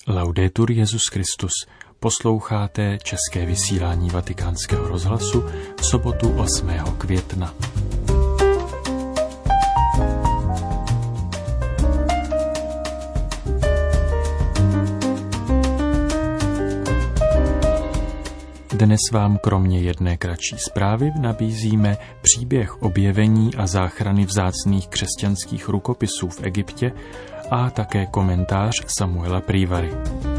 Laudetur Jesus Christus. Posloucháte české vysílání Vatikánského rozhlasu v sobotu 8. května. Dnes vám kromě jedné kratší zprávy nabízíme příběh objevení a záchrany vzácných křesťanských rukopisů v Egyptě a také komentář Samuela Prývary.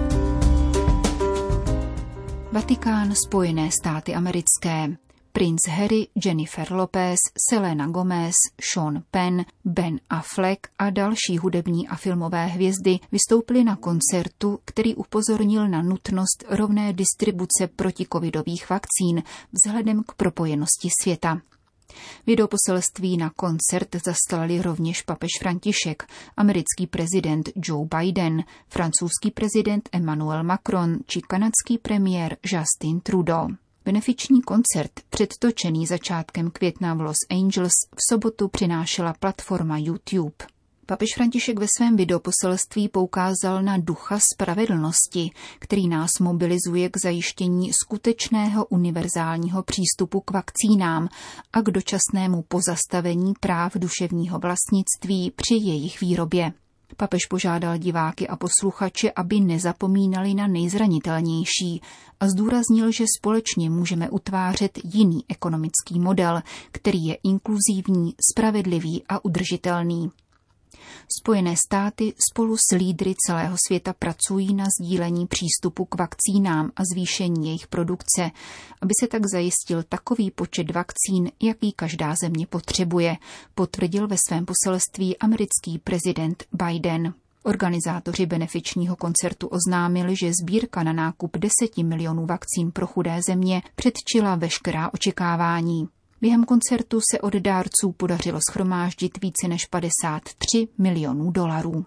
Vatikán, Spojené státy americké. Princ Harry, Jennifer Lopez, Selena Gomez, Sean Penn, Ben Affleck a další hudební a filmové hvězdy vystoupili na koncertu, který upozornil na nutnost rovné distribuce protikovidových vakcín vzhledem k propojenosti světa. Videoposelství na koncert zaslali rovněž papež František, americký prezident Joe Biden, francouzský prezident Emmanuel Macron či kanadský premiér Justin Trudeau. Benefiční koncert, předtočený začátkem května v Los Angeles, v sobotu přinášela platforma YouTube. Papež František ve svém videoposelství poukázal na ducha spravedlnosti, který nás mobilizuje k zajištění skutečného univerzálního přístupu k vakcínám a k dočasnému pozastavení práv duševního vlastnictví při jejich výrobě. Papež požádal diváky a posluchače, aby nezapomínali na nejzranitelnější a zdůraznil, že společně můžeme utvářet jiný ekonomický model, který je inkluzivní, spravedlivý a udržitelný. Spojené státy spolu s lídry celého světa pracují na sdílení přístupu k vakcínám a zvýšení jejich produkce, aby se tak zajistil takový počet vakcín, jaký každá země potřebuje, potvrdil ve svém poselství americký prezident Biden. Organizátoři benefičního koncertu oznámili, že sbírka na nákup 10 milionů vakcín pro chudé země předčila veškerá očekávání. Během koncertu se od dárců podařilo shromáždit více než 53 milionů dolarů.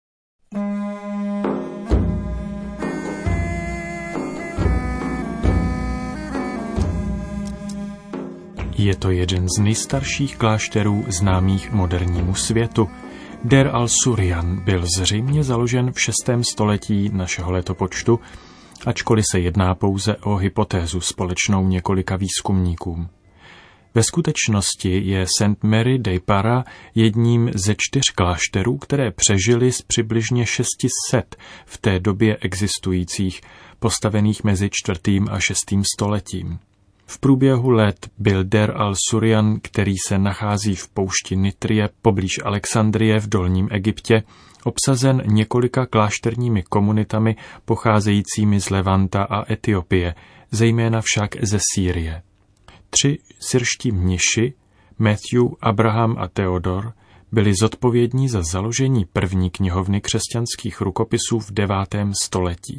Je to jeden z nejstarších klášterů známých modernímu světu. Der al-Suryan byl zřejmě založen v 6. století našeho letopočtu, ačkoliv se jedná pouze o hypotézu společnou několika výzkumníkům. Ve skutečnosti je St. Mary dei Para jedním ze 4 klášterů, které přežily z přibližně 600 v té době existujících, postavených mezi 4. a 6. stoletím. V průběhu let byl Der al-Suryan, který se nachází v poušti Nitrie poblíž Alexandrie v Dolním Egyptě, obsazen několika klášterními komunitami pocházejícími z Levanta a Etiopie, zejména však ze Sýrie. 3 syrští mniši, Matthew, Abraham a Theodor, byli zodpovědní za založení první knihovny křesťanských rukopisů v 9. století.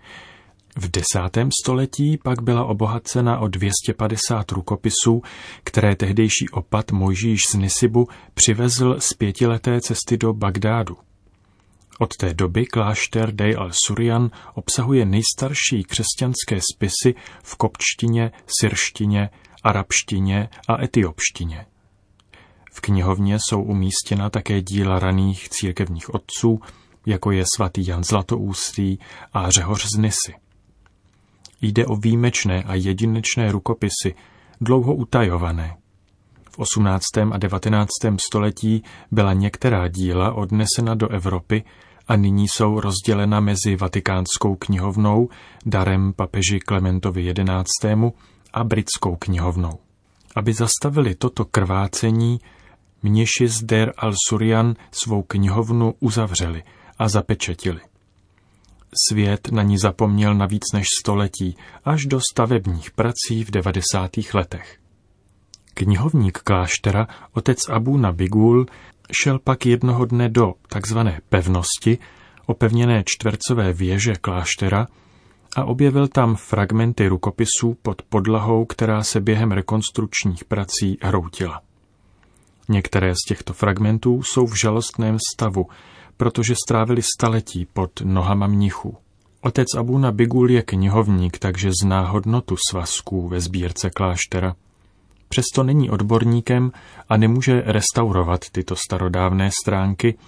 V 10. století pak byla obohacena o 250 rukopisů, které tehdejší opat Mojžíš z Nisibu přivezl z 5leté cesty do Bagdádu. Od té doby klášter Dej al-Suryan obsahuje nejstarší křesťanské spisy v koptštině, syrštině, arabštině a etiopštině. V knihovně jsou umístěna také díla raných církevních otců, jako je svatý Jan Zlatoústý a Řehoř z Nisy. Jde o výjimečné a jedinečné rukopisy, dlouho utajované. V 18. a 19. století byla některá díla odnesena do Evropy a nyní jsou rozdělena mezi Vatikánskou knihovnou, darem papeži Klementovi XI. A britskou knihovnou. Aby zastavili toto krvácení, mniši z Der al-Suryan svou knihovnu uzavřeli a zapečetili. Svět na ní zapomněl na víc než století, až do stavebních prací v 90. letech. Knihovník kláštera, otec Abuna Bigul, šel pak jednoho dne do takzvané pevnosti, opevněné čtvercové věže kláštera, a objevil tam fragmenty rukopisů pod podlahou, která se během rekonstrukčních prací hroutila. Některé z těchto fragmentů jsou v žalostném stavu, protože strávili staletí pod nohama mnichů. Otec Abuna Bigul je knihovník, takže zná hodnotu svazků ve sbírce kláštera. Přesto není odborníkem a nemůže restaurovat tyto starodávné stránky,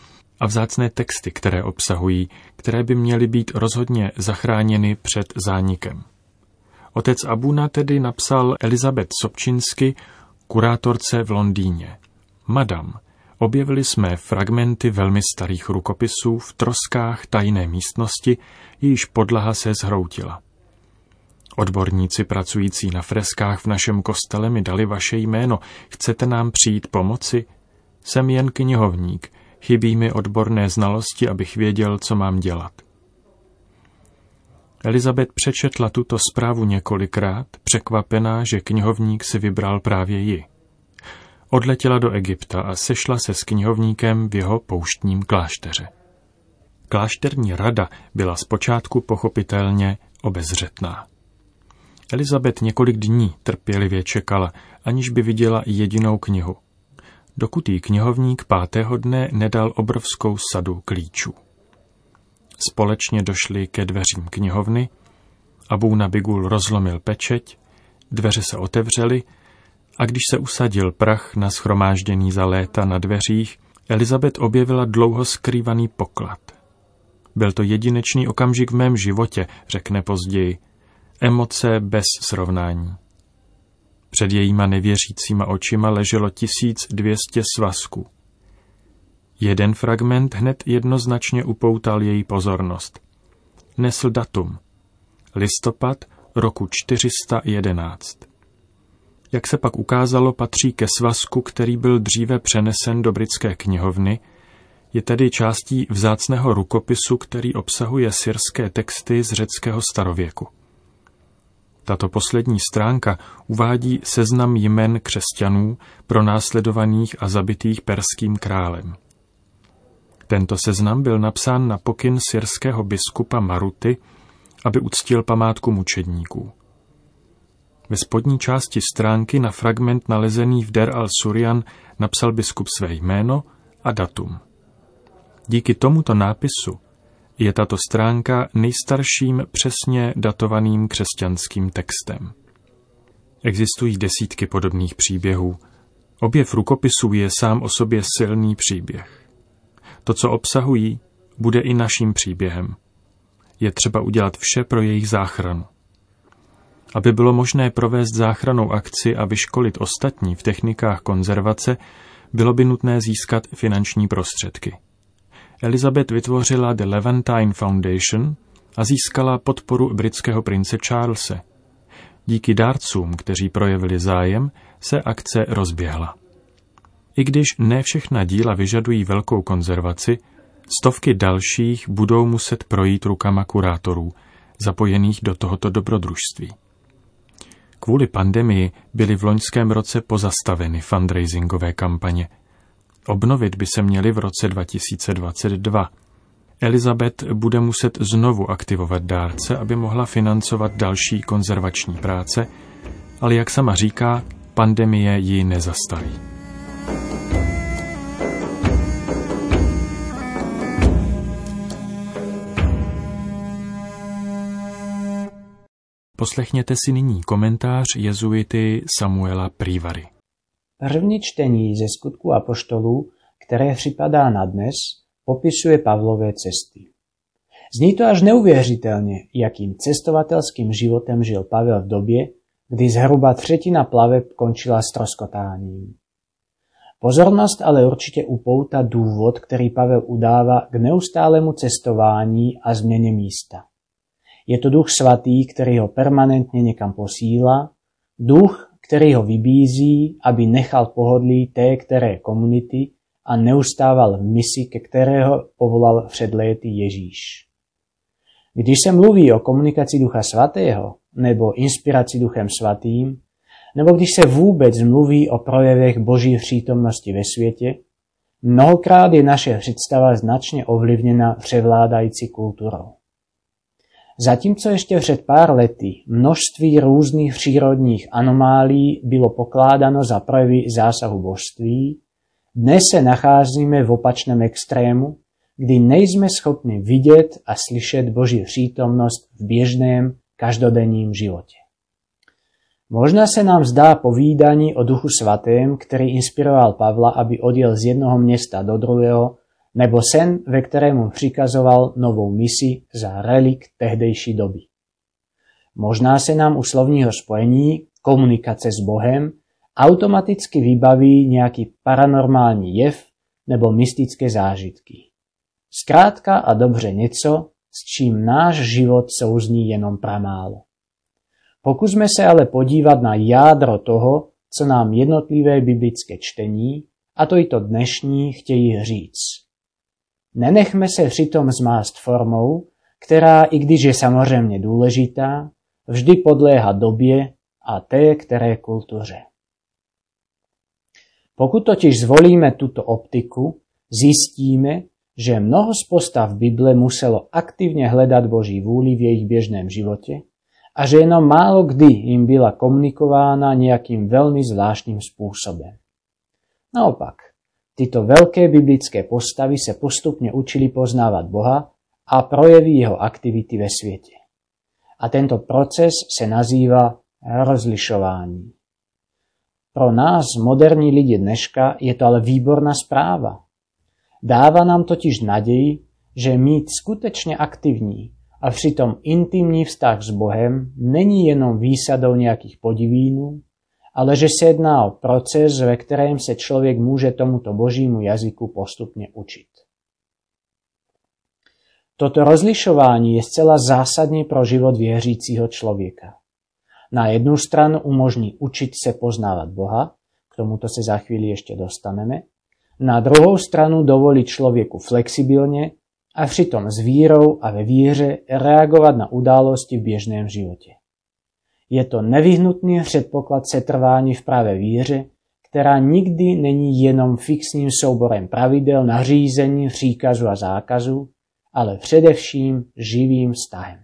a vzácné texty, které obsahují, které by měly být rozhodně zachráněny před zánikem. Otec Abuna tedy napsal Elizabeth Sobčinsky, kurátorce v Londýně. Madam, objevili jsme fragmenty velmi starých rukopisů v troskách tajné místnosti, jejíž podlaha se zhroutila. Odborníci pracující na freskách v našem kostele mi dali vaše jméno. Chcete nám přijít pomoci? Jsem jen knihovník. Chybí mi odborné znalosti, abych věděl, co mám dělat. Elizabeth přečetla tuto zprávu několikrát, překvapená, že knihovník si vybral právě ji. Odletěla do Egypta a sešla se s knihovníkem v jeho pouštním klášteře. Klášterní rada byla zpočátku pochopitelně obezřetná. Elizabeth několik dní trpělivě čekala, aniž by viděla jedinou knihu, dokud jí knihovník 5. dne nedal obrovskou sadu klíčů. Společně došli ke dveřím knihovny, Abuna Bigul rozlomil pečeť, dveře se otevřely a když se usadil prach na shromážděný za léta na dveřích, Elizabeth objevila dlouho skrývaný poklad. Byl to jedinečný okamžik v mém životě, řekne později. Emoce bez srovnání. Před jejíma nevěřícíma očima leželo 1200 svazků. Jeden fragment hned jednoznačně upoutal její pozornost. Nesl datum. Listopad roku 411. Jak se pak ukázalo, patří ke svazku, který byl dříve přenesen do britské knihovny, je tedy částí vzácného rukopisu, který obsahuje syrské texty z řeckého starověku. Tato poslední stránka uvádí seznam jmen křesťanů pronásledovaných a zabitých perským králem. Tento seznam byl napsán na pokyn syrského biskupa Maruty, aby uctil památku mučedníků. Ve spodní části stránky na fragment nalezený v Der al-Surjan napsal biskup své jméno a datum. Díky tomuto nápisu je tato stránka nejstarším přesně datovaným křesťanským textem. Existují desítky podobných příběhů. Objev rukopisů je sám o sobě silný příběh. To, co obsahují, bude i naším příběhem. Je třeba udělat vše pro jejich záchranu. Aby bylo možné provést záchrannou akci a vyškolit ostatní v technikách konzervace, bylo by nutné získat finanční prostředky. Elizabeth vytvořila The Levantine Foundation a získala podporu britského prince Charlese. Díky dárcům, kteří projevili zájem, se akce rozběhla. I když ne všechna díla vyžadují velkou konzervaci, stovky dalších budou muset projít rukama kurátorů, zapojených do tohoto dobrodružství. Kvůli pandemii byly v loňském roce pozastaveny fundraisingové kampaně. Obnovit by se měly v roce 2022. Elizabeth bude muset znovu aktivovat dárce, aby mohla financovat další konzervační práce, ale jak sama říká, pandemie ji nezastaví. Poslechněte si nyní komentář jezuity Samuela Prívary. První čtení ze Skutku apoštolů, které připadá na dnes, popisuje Pavlové cesty. Zní to až neuvěřitelně, jakým cestovatelským životem žil Pavel v době, kdy zhruba třetina plaveb končila ztroskotáním. Pozornost ale určitě upoutá důvod, který Pavel udává k neustálému cestování a změně místa. Je to Duch Svatý, který ho permanentně někam posílá, duch, který ho vybízí, aby nechal pohodlí té které komunity a neustával v misi, ke kterého povolal před léty Ježíš. Když se mluví o komunikaci Ducha Svatého nebo inspiraci Duchem Svatým, nebo když se vůbec mluví o projevech Boží přítomnosti ve světě, mnohokrát je naše představa značně ovlivněna převládající kulturou. Zatímco ještě před pár lety množství různých přírodních anomálií bylo pokládáno za projevy zásahu božství, dnes se nacházíme v opačném extrému, kdy nejsme schopni vidět a slyšet Boží přítomnost v běžném, každodenním životě. Možná se nám zdá povídání o Duchu Svatém, který inspiroval Pavla, aby odjel z jednoho města do druhého, nebo sen, ve kterém mu přikazoval novou misi za relikt tehdejší doby. Možná se nám u slovního spojení komunikace s Bohem automaticky vybaví nějaký paranormální jev nebo mystické zážitky. Zkrátka a dobře něco, s čím náš život souzní jenom pramálo. Pokusme se ale podívat na jádro toho, co nám jednotlivé biblické čtení, a to i to dnešní, chtějí říct. Nenechme se přitom zmást formou, která, i když je samozřejmě důležitá, vždy podléhá době a té které kultuře. Pokud totiž zvolíme tuto optiku, zjistíme, že mnoho z postav Bible muselo aktivně hledat Boží vůli v jejich běžném životě a že jenom málo kdy jim byla komunikována nějakým velmi zvláštním způsobem. Naopak, tyto velké biblické postavy se postupně učili poznávat Boha a projevy jeho aktivity ve světě. A tento proces se nazývá rozlišování. Pro nás, moderní lidi dneška, je to ale výborná zpráva. Dává nám totiž naději, že mít skutečně aktivní a přitom intimní vztah s Bohem není jenom výsadou nějakých podivínů, ale že se jedná o proces, ve kterém se člověk může tomuto božímu jazyku postupně učit. Toto rozlišování je zcela zásadní pro život věřícího člověka. Na jednu stranu umožní učit se poznávat Boha, k tomuto se za chvíli ještě dostaneme, na druhou stranu dovolí člověku flexibilně a přitom s vírou a ve víře reagovat na události v běžném životě. Je to nevyhnutný předpoklad setrvání v pravé víře, která nikdy není jenom fixním souborem pravidel, nařízení, příkazů a zákazů, ale především živým vztahem.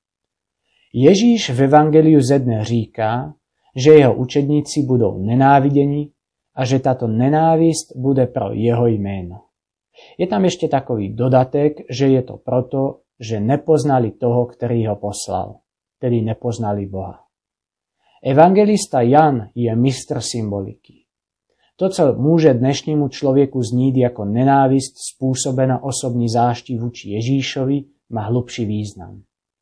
Ježíš v Evangeliu ze dne říká, že jeho učedníci budou nenáviděni a že tato nenávist bude pro jeho jméno. Je tam ještě takový dodatek, že je to proto, že nepoznali toho, který ho poslal, tedy nepoznali Boha. Evangelista Jan je mistr symboliky. To, co může dnešnímu člověku znít jako nenávist způsobena osobní záští vůči Ježíšovi, má hlubší význam.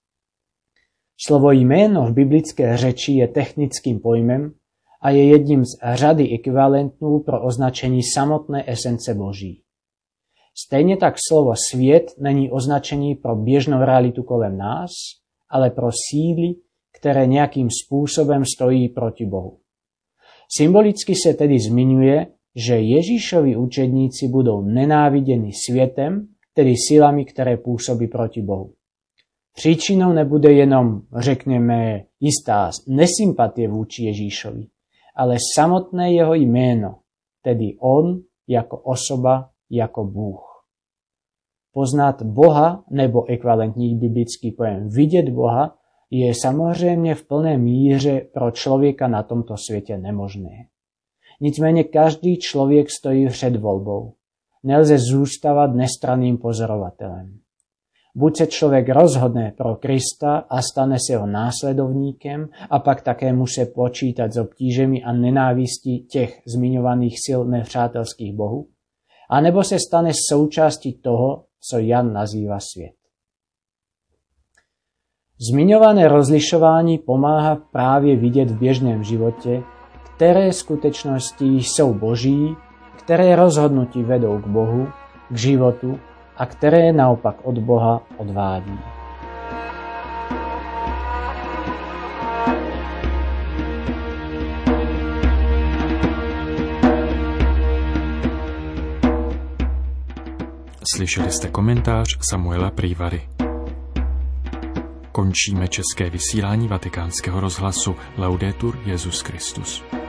Slovo jméno v biblické řeči je technickým pojmem a je jedním z řady ekvivalentů pro označení samotné esence Boží. Stejně tak slovo svět není označení pro běžnou realitu kolem nás, ale pro síly, které nějakým způsobem stojí proti Bohu. Symbolicky se tedy zmiňuje, že Ježíšovi učedníci budou nenáviděni světem, tedy silami, které působí proti Bohu. Příčinou nebude jenom, řekněme, jistá nesympatie vůči Ježíšovi, ale samotné jeho jméno, tedy on jako osoba, jako Bůh. Poznat Boha, nebo ekvivalentní biblický pojem vidět Boha, je samozřejmě v plné míře pro člověka na tomto světě nemožné. Nicméně každý člověk stojí před volbou. Nelze zůstávat nestranným pozorovatelem. Buď se člověk rozhodne pro Krista a stane se jeho následovníkem a pak také musí počítat s obtížemi a nenávistí těch zmiňovaných sil nepřátelských bohů, anebo se stane součástí toho, co Jan nazývá svět. Zmiňované rozlišování pomáhá právě vidět v běžném životě, které skutečnosti jsou boží, které rozhodnutí vedou k Bohu, k životu a které naopak od Boha odvádí. Slyšeli jste komentář Samuela Prývary. Končíme české vysílání Vatikánského rozhlasu. Laudetur Jesus Christus.